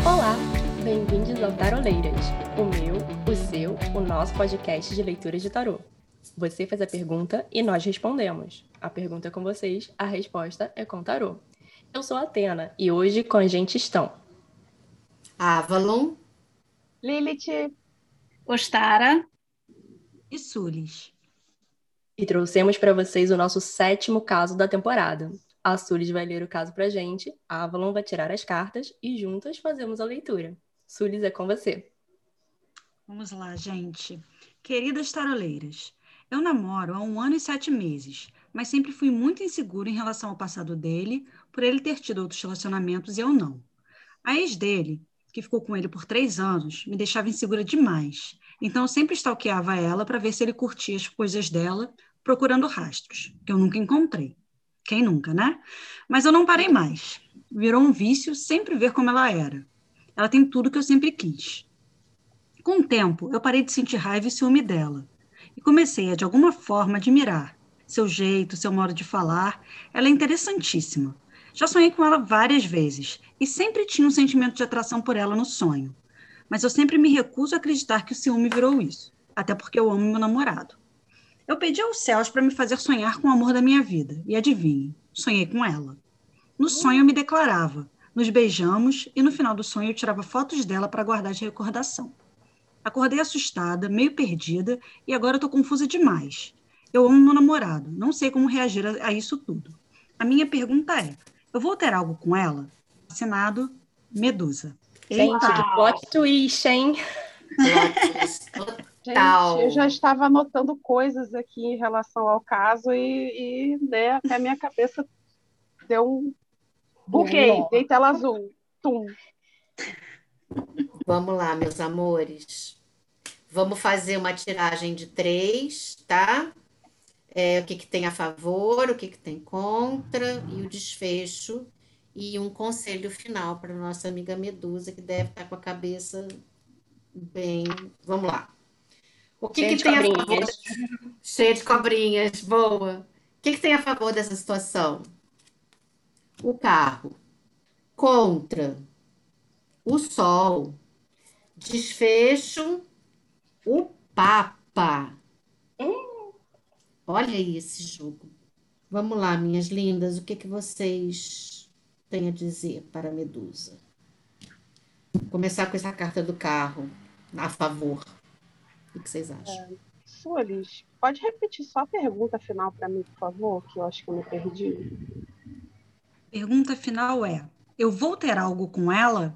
Olá, bem-vindos ao Taroleiras, o meu, o seu, o nosso podcast de leituras de tarô. Você faz a pergunta e nós respondemos. A pergunta é com vocês, a resposta é com tarô. Eu sou a Atena e hoje com a gente estão Avalon Lilith, Ostara. e Sulis. e trouxemos para vocês o nosso 7º caso da temporada. A Sulis vai ler o caso pra gente, a Avalon vai tirar as cartas e juntas fazemos a leitura. Sulis, é com você. Vamos lá, gente. Queridas taroleiras, eu namoro há 1 ano e 7 meses, mas sempre fui muito insegura em relação ao passado dele, por ele ter tido outros relacionamentos e eu não. A ex dele, que ficou com ele por 3 anos, me deixava insegura demais. Então eu sempre stalkeava ela para ver se ele curtia as coisas dela, procurando rastros, que eu nunca encontrei. Quem nunca, né? Mas eu não parei mais. Virou um vício sempre ver como ela era. Ela tem tudo que eu sempre quis. Com o tempo, eu parei de sentir raiva e ciúme dela. E comecei a, de alguma forma, admirar seu jeito, seu modo de falar. Ela é interessantíssima. Já sonhei com ela várias vezes e sempre tinha um sentimento de atração por ela no sonho. Mas eu sempre me recuso a acreditar que o ciúme virou isso, até porque eu amo meu namorado. Eu pedi aos céus para me fazer sonhar com o amor da minha vida, e adivinhe, sonhei com ela. No sonho eu me declarava, nos beijamos e no final do sonho eu tirava fotos dela para guardar de recordação. Acordei assustada, meio perdida, e agora eu tô confusa demais. Eu amo meu namorado, não sei como reagir a isso tudo. A minha pergunta é, eu vou ter algo com ela? Assinado, Medusa. Gente, que plot twist, hein? gente, eu já estava anotando coisas aqui em relação ao caso e né, até a minha cabeça deu um buguei, dei tela azul. Tum. Vamos lá, meus amores. Vamos fazer uma tiragem de 3, tá? O que tem a favor, o que tem contra e o desfecho. E um conselho final para nossa amiga Medusa, que deve estar com a cabeça bem... Vamos lá. O que tem a favor? Cheio de cobrinhas, boa. O que tem a favor dessa situação? O carro. Contra. O sol. Desfecho. O Papa. Olha aí esse jogo. Vamos lá, minhas lindas. O que vocês têm a dizer para a Medusa? Vou começar com essa carta do carro. A favor. O que vocês acham? Sulis, pode repetir só a pergunta final para mim, por favor? Que eu acho que eu me perdi. Pergunta final é, eu vou ter algo com ela?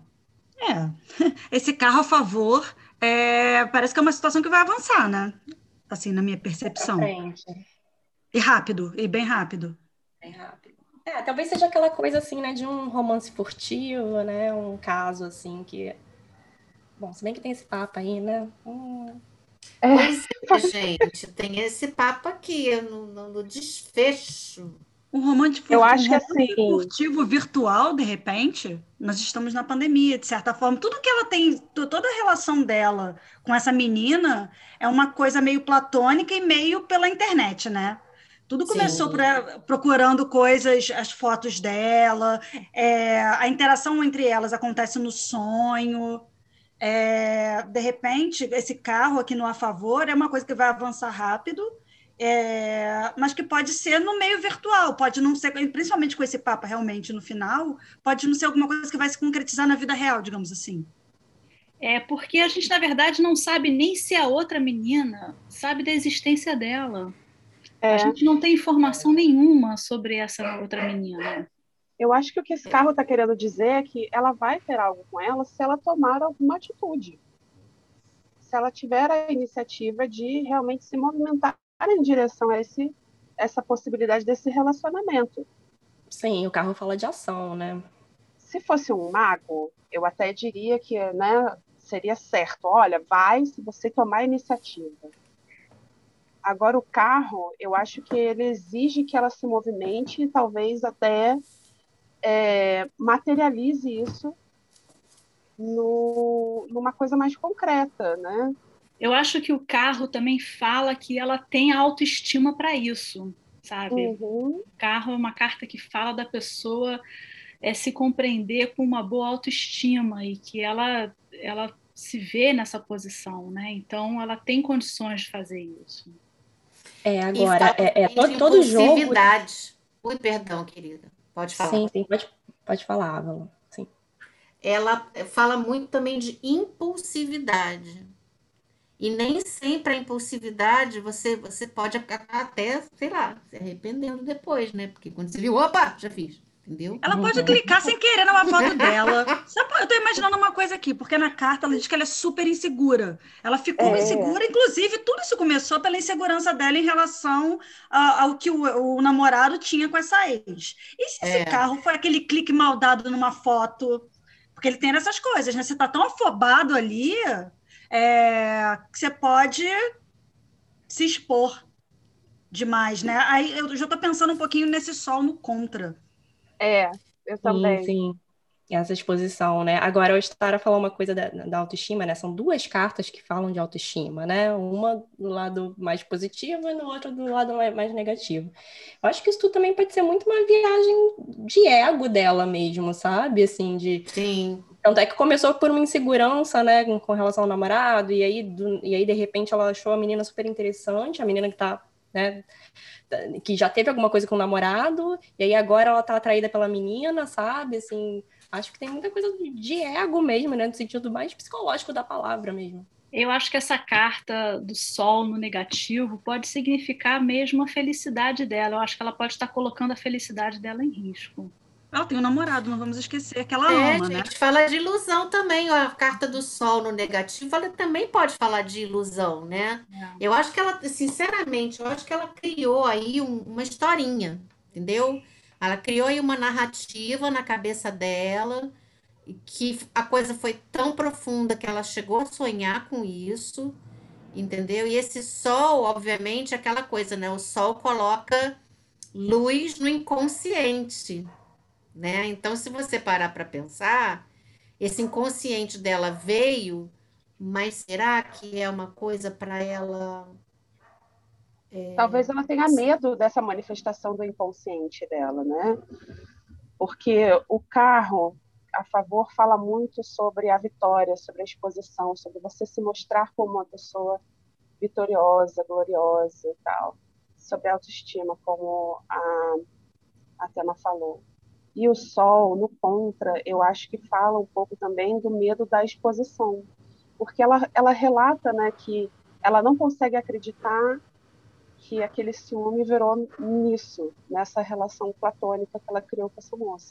Esse carro a favor, parece que é uma situação que vai avançar, né? Assim, na minha percepção. E rápido, e bem rápido. Bem rápido. Talvez seja aquela coisa assim, né, de um romance furtivo, né, um caso assim que... Bom, se bem que tem esse papo aí, né? Pois é, gente, tem esse papo aqui no desfecho. Um romance eu acho que assim, furtivo virtual, de repente, nós estamos na pandemia, de certa forma. Tudo que ela tem, toda a relação dela com essa menina é uma coisa meio platônica e meio pela internet, né? Tudo começou procurando coisas, as fotos dela, a interação entre elas acontece no sonho. De repente, esse carro aqui no A Favor é uma coisa que vai avançar rápido, mas que pode ser no meio virtual, pode não ser, principalmente com esse papo realmente no final, pode não ser alguma coisa que vai se concretizar na vida real, digamos assim. Porque a gente, na verdade, não sabe nem se a outra menina sabe da existência dela. A gente não tem informação nenhuma sobre essa outra menina. Eu acho que o que esse carro está querendo dizer é que ela vai ter algo com ela se ela tomar alguma atitude. Se ela tiver a iniciativa de realmente se movimentar em direção a essa possibilidade desse relacionamento. Sim, o carro fala de ação, né? Se fosse um mago, eu até diria que, né, seria certo. Olha, vai se você tomar a iniciativa. Agora, o carro, eu acho que ele exige que ela se movimente e talvez até materialize isso numa coisa mais concreta, né? Eu acho que o carro também fala que ela tem autoestima para isso, sabe? Uhum. O carro é uma carta que fala da pessoa se compreender com uma boa autoestima e que ela se vê nessa posição, né? Então, ela tem condições de fazer isso. Agora, de todo jogo... impulsividade. Ui, perdão, querida. Pode falar. Sim, pode falar, Vala. Sim. Ela fala muito também de impulsividade. E nem sempre a impulsividade você pode até, sei lá, se arrependendo depois, né? Porque quando você viu, opa, já fiz. Entendeu? Ela pode clicar sem querer numa foto dela. Eu tô imaginando uma coisa aqui, porque na carta ela diz que ela é super insegura. Ela ficou insegura, inclusive tudo isso começou pela insegurança dela em relação ao que o namorado tinha com essa ex. E se esse carro foi aquele clique mal dado numa foto? Porque ele tem essas coisas, né? Você tá tão afobado ali que você pode se expor demais, né? Aí eu já tô pensando um pouquinho nesse sol no contra. Eu também. Sim. Essa exposição, né? Agora, o Stara falou uma coisa da autoestima, né? São duas cartas que falam de autoestima, né? Uma do lado mais positivo e no outro do lado mais negativo. Eu acho que isso tudo também pode ser muito uma viagem de ego dela mesmo, sabe? Assim, Sim. Tanto é que começou por uma insegurança, né? Com relação ao namorado, e aí, de repente, ela achou a menina super interessante, a menina que tá, né? Que já teve alguma coisa com o namorado, e aí agora ela tá atraída pela menina, sabe? Assim, acho que tem muita coisa de ego mesmo, né? No sentido mais psicológico da palavra mesmo. Eu acho que essa carta do sol no negativo pode significar mesmo a felicidade dela. Eu acho que ela pode estar colocando a felicidade dela em risco. Ela tem um namorado, não vamos esquecer que ela ama, né? A gente fala de ilusão também, ó, a carta do sol no negativo, ela também pode falar de ilusão, né? Eu acho que ela, sinceramente, eu acho que ela criou aí uma historinha, entendeu? Ela criou aí uma narrativa na cabeça dela, que a coisa foi tão profunda que ela chegou a sonhar com isso, entendeu? E esse sol, obviamente, é aquela coisa, né? O sol coloca luz no inconsciente, né? Então, se você parar para pensar, esse inconsciente dela veio, mas será que é uma coisa para ela? Talvez ela tenha medo dessa manifestação do inconsciente dela, né? Porque o carro a favor fala muito sobre a vitória, sobre a exposição, sobre você se mostrar como uma pessoa vitoriosa, gloriosa e tal, sobre a autoestima, como a Tema falou. E o sol, no contra, eu acho que fala um pouco também do medo da exposição, porque ela relata, né, que ela não consegue acreditar que aquele ciúme virou nisso, nessa relação platônica que ela criou com essa moça.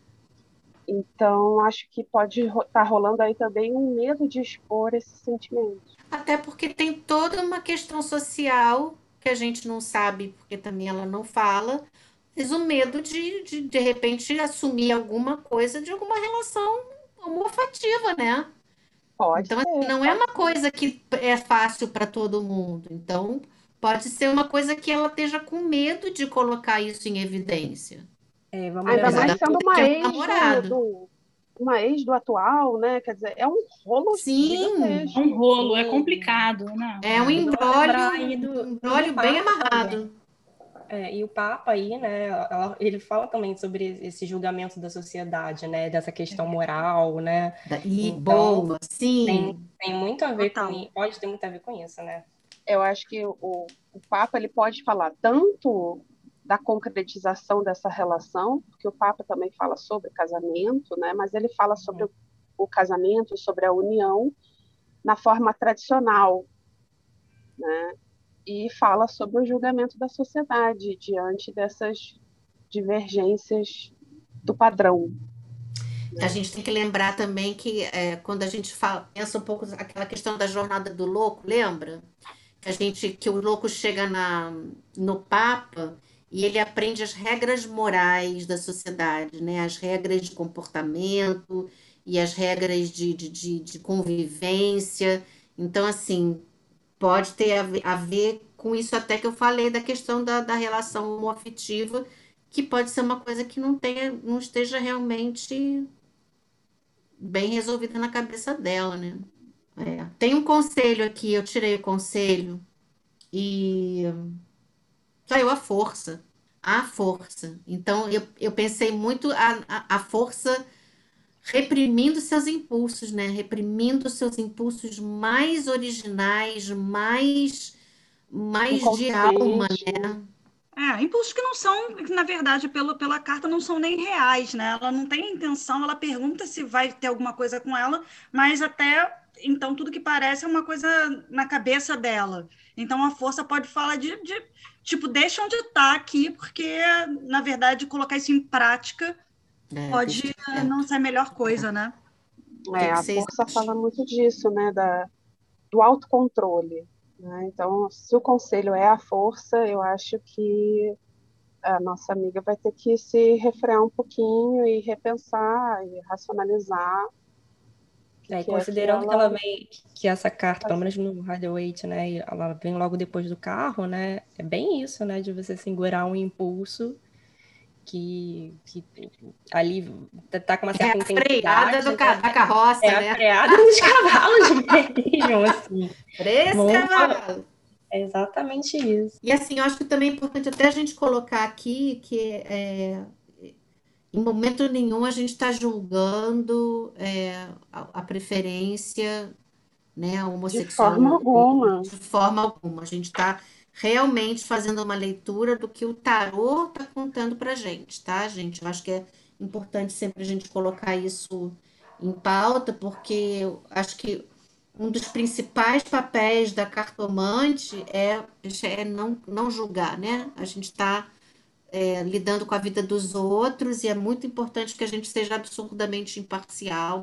Então, acho que pode estar rolando aí também um medo de expor esse sentimento. Até porque tem toda uma questão social que a gente não sabe, porque também ela não fala, mas o medo de repente assumir alguma coisa de alguma relação homoafetiva, né? Pode Então, ser, assim, não é uma coisa que é fácil para todo mundo. Então, pode ser uma coisa que ela esteja com medo de colocar isso em evidência. Vamos ainda lembrar mais sendo que... uma um namorado. uma ex do atual, né? Quer dizer, é um rolo gigantesco. É um rolo, é complicado, né? É um embrólio bem amarrado. E o Papa aí, né, ele fala também sobre esse julgamento da sociedade, né, dessa questão moral, né? Então, Boa, sim. Tem muito a ver pode ter muito a ver com isso, né? Eu acho que o Papa ele pode falar tanto da concretização dessa relação, porque o Papa também fala sobre casamento, né? Mas ele fala sobre o casamento, sobre a união na forma tradicional, né? E fala sobre o julgamento da sociedade diante dessas divergências do padrão. A gente tem que lembrar também que quando a gente pensa um pouco aquela questão da jornada do louco, lembra? Que o louco chega no Papa e ele aprende as regras morais da sociedade, né? As regras de comportamento e as regras de convivência. Então, assim, pode ter a ver com isso até que eu falei da questão da relação homoafetiva, que pode ser uma coisa que não esteja realmente bem resolvida na cabeça dela, né? Tem um conselho aqui, eu tirei o conselho e saiu a força. a força. Então, eu pensei muito a força reprimindo seus impulsos, né? Reprimindo seus impulsos mais originais, mais de alma, Inconsciente, né? né? Impulsos que não são, que, na verdade, pela carta não são nem reais, né? Ela não tem intenção, ela pergunta se vai ter alguma coisa com ela, mas até então tudo que parece é uma coisa na cabeça dela. Então a força pode falar tipo, deixa onde está aqui, porque, na verdade, colocar isso em prática Deixa pode não quieto. ser a melhor coisa, né? Que A vocês força acham? fala muito disso, né? Do autocontrole, né? Então, se o conselho é a força, eu acho que a nossa amiga vai ter que se refrear um pouquinho e repensar e racionalizar o que é que Considerando que ela ela vem, que essa carta, pelo faz. menos no Rider-Waite, né, e ela vem logo depois do carro, né, é bem isso, né, de você segurar um impulso que ali tá com uma É certa a freada intensidade, né, da carroça, é a né? freada dos cavalos mesmo, assim. Três Vamos, cavalos. é exatamente isso. E assim, eu acho que também é importante até a gente colocar aqui que em momento nenhum a gente está julgando a preferência, né, De homossexual forma ou não, alguma. de forma alguma. A gente está realmente fazendo uma leitura do que o tarô está contando para gente, tá, gente? Eu acho que é importante sempre a gente colocar isso em pauta, porque eu acho que um dos principais papéis da cartomante é não julgar, né? A gente está lidando com a vida dos outros e é muito importante que a gente seja absurdamente imparcial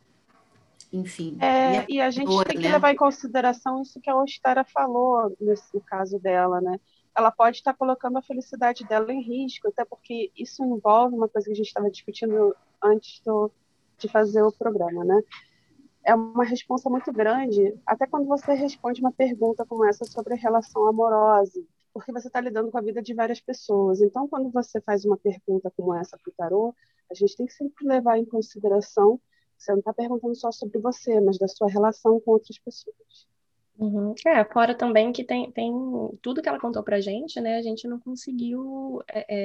enfim, e E a gente acolhedora, tem que né? levar em consideração isso que a Ostara falou no caso dela, né? Ela pode estar colocando a felicidade dela em risco, até porque isso envolve uma coisa que a gente estava discutindo antes de fazer o programa, né? É uma resposta muito grande, até quando você responde uma pergunta como essa sobre relação amorosa, porque você está lidando com a vida de várias pessoas. Então, quando você faz uma pergunta como essa para o tarô, a gente tem que sempre levar em consideração que você não está perguntando só sobre você, mas da sua relação com outras pessoas. Uhum. Fora também que tem tudo que ela contou pra gente, né? A gente não conseguiu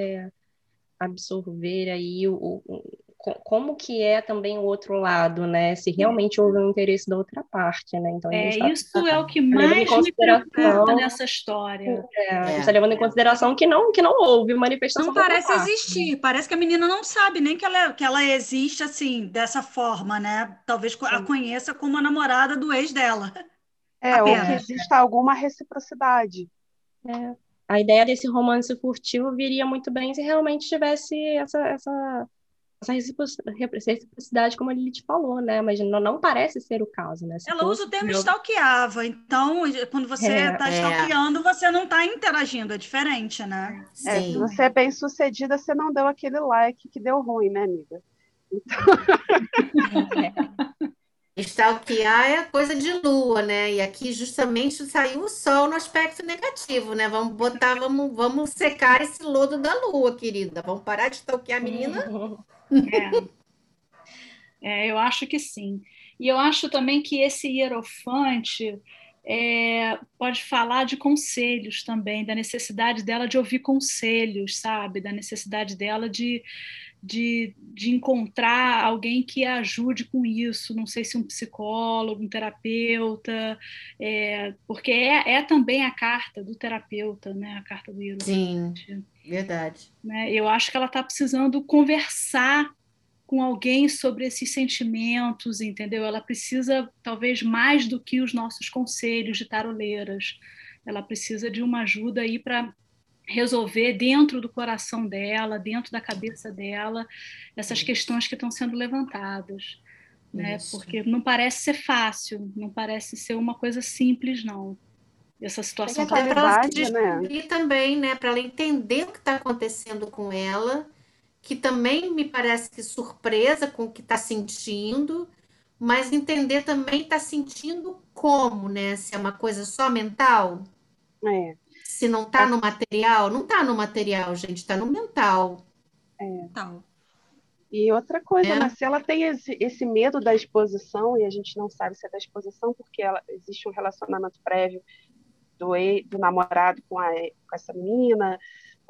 absorver aí como que é também o outro lado, né? Se realmente houve um interesse da outra parte, né? Então a gente está Isso é o que levando em mais me preocupa consideração, nessa história. a gente está É, levando em consideração que não houve Não manifestação da outra parece parte. existir, parece que a menina não sabe nem que ela existe assim, dessa forma, né? Talvez a Sim. conheça como a namorada do ex dela, Ou que apenas. exista alguma reciprocidade. É. A ideia desse romance furtivo viria muito bem se realmente tivesse essa reciprocidade, como a Lilith falou, né? Mas não parece ser o caso, né? Se Ela usa fosse. o termo stalkeava, então, quando você É, está é, stalkeando, você não está interagindo, é diferente, né? Se sim. você é bem sucedida, você não deu aquele like que deu ruim, né, amiga? Stalkear é coisa de lua, né? E aqui justamente saiu o sol no aspecto negativo, né? Vamos secar esse lodo da lua, querida. Vamos parar de stalkear a menina? Eu acho que sim. E eu acho também que esse hierofante pode falar de conselhos também, da necessidade dela de ouvir conselhos, sabe? Da necessidade dela de encontrar alguém que a ajude com isso, não sei se um psicólogo, um terapeuta, porque é também a carta do terapeuta, né? A carta do Sim, hierofante. verdade. Né? Eu acho que ela está precisando conversar com alguém sobre esses sentimentos, entendeu? Ela precisa, talvez, mais do que os nossos conselhos de taroleiras. Ela precisa de uma ajuda aí para resolver dentro do coração dela, dentro da cabeça dela, essas questões que estão sendo levantadas, né? Isso. Porque não parece ser fácil, não parece ser uma coisa simples, não. Essa situação que ela Até para ela se Sexualidade, né? descobrir também, né? Para ela entender o que está acontecendo com ela, que também me parece que surpresa com o que está sentindo, mas entender também está sentindo como, né? Se é uma coisa só mental, É, se não está no material, não está no material, gente, está no mental, Então, E outra coisa, né? né? Se ela tem esse medo da exposição, e a gente não sabe se é da exposição, porque existe um relacionamento prévio do namorado com essa menina,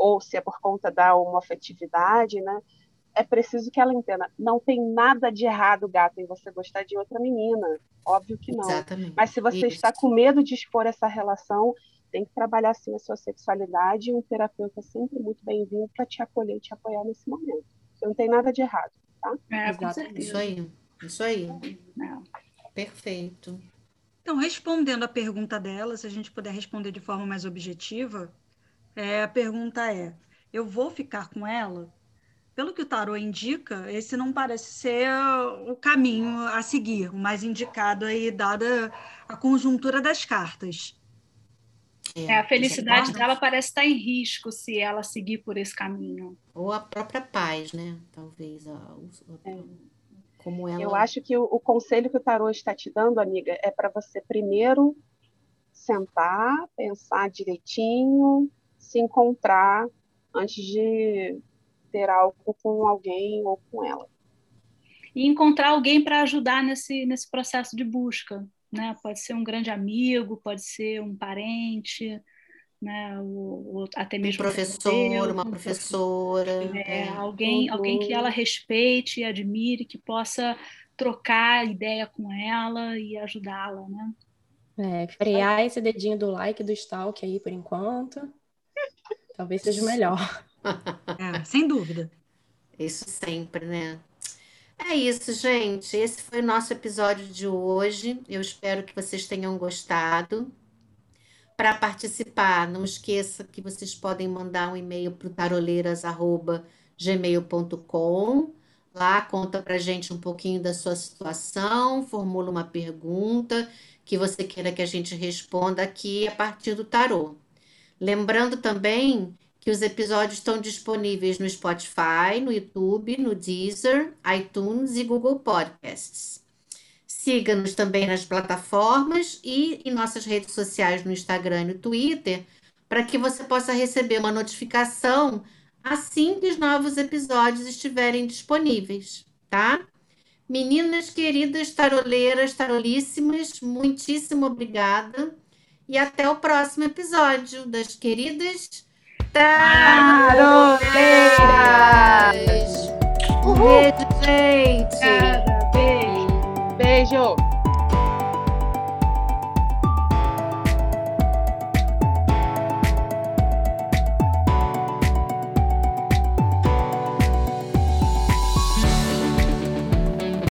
ou se é por conta da homoafetividade, né? É preciso que ela entenda, não tem nada de errado, gata, em você gostar de outra menina. Óbvio que não. Exatamente. Mas se você Isso. está com medo de expor essa relação, tem que trabalhar sim a sua sexualidade, e um terapeuta é sempre muito bem-vindo para te acolher e te apoiar nesse momento. Não tem nada de errado, tá? Com Exatamente. certeza. Isso aí. É. Perfeito. Então, respondendo a pergunta dela, se a gente puder responder de forma mais objetiva, a pergunta é: eu vou ficar com ela? Pelo que o tarô indica, esse não parece ser o caminho a seguir, o mais indicado aí, dada a conjuntura das cartas. A felicidade Concorda? dela parece estar em risco se ela seguir por esse caminho. Ou a própria paz, né? Talvez. Como ela... Eu acho que o conselho que o tarô está te dando, amiga, é para você primeiro sentar, pensar direitinho, se encontrar antes de ter algo com alguém ou com ela. E encontrar alguém para ajudar nesse processo de busca, né? Pode ser um grande amigo, pode ser um parente, né? Ou até mesmo um professor, uma professora. Alguém que ela respeite e admire, que possa trocar ideia com ela e ajudá-la, né? Frear esse dedinho do like do stalk aí por enquanto. Talvez seja o melhor. Sem dúvida. Isso sempre, né? É isso, gente. Esse foi o nosso episódio de hoje. Eu espero que vocês tenham gostado. Para participar, não esqueça que vocês podem mandar um e-mail para o taroleiras@gmail.com. Lá conta para a gente um pouquinho da sua situação, formula uma pergunta que você queira que a gente responda aqui a partir do tarô. Lembrando também que os episódios estão disponíveis no Spotify, no YouTube, no Deezer, iTunes e Google Podcasts. Siga-nos também nas plataformas e em nossas redes sociais no Instagram e no Twitter, para que você possa receber uma notificação assim que os novos episódios estiverem disponíveis, tá? Meninas queridas, taroleiras, tarolíssimas, muitíssimo obrigada. E até o próximo episódio das queridas Taroleiras! Um beijo, gente! Beijo! Beijo!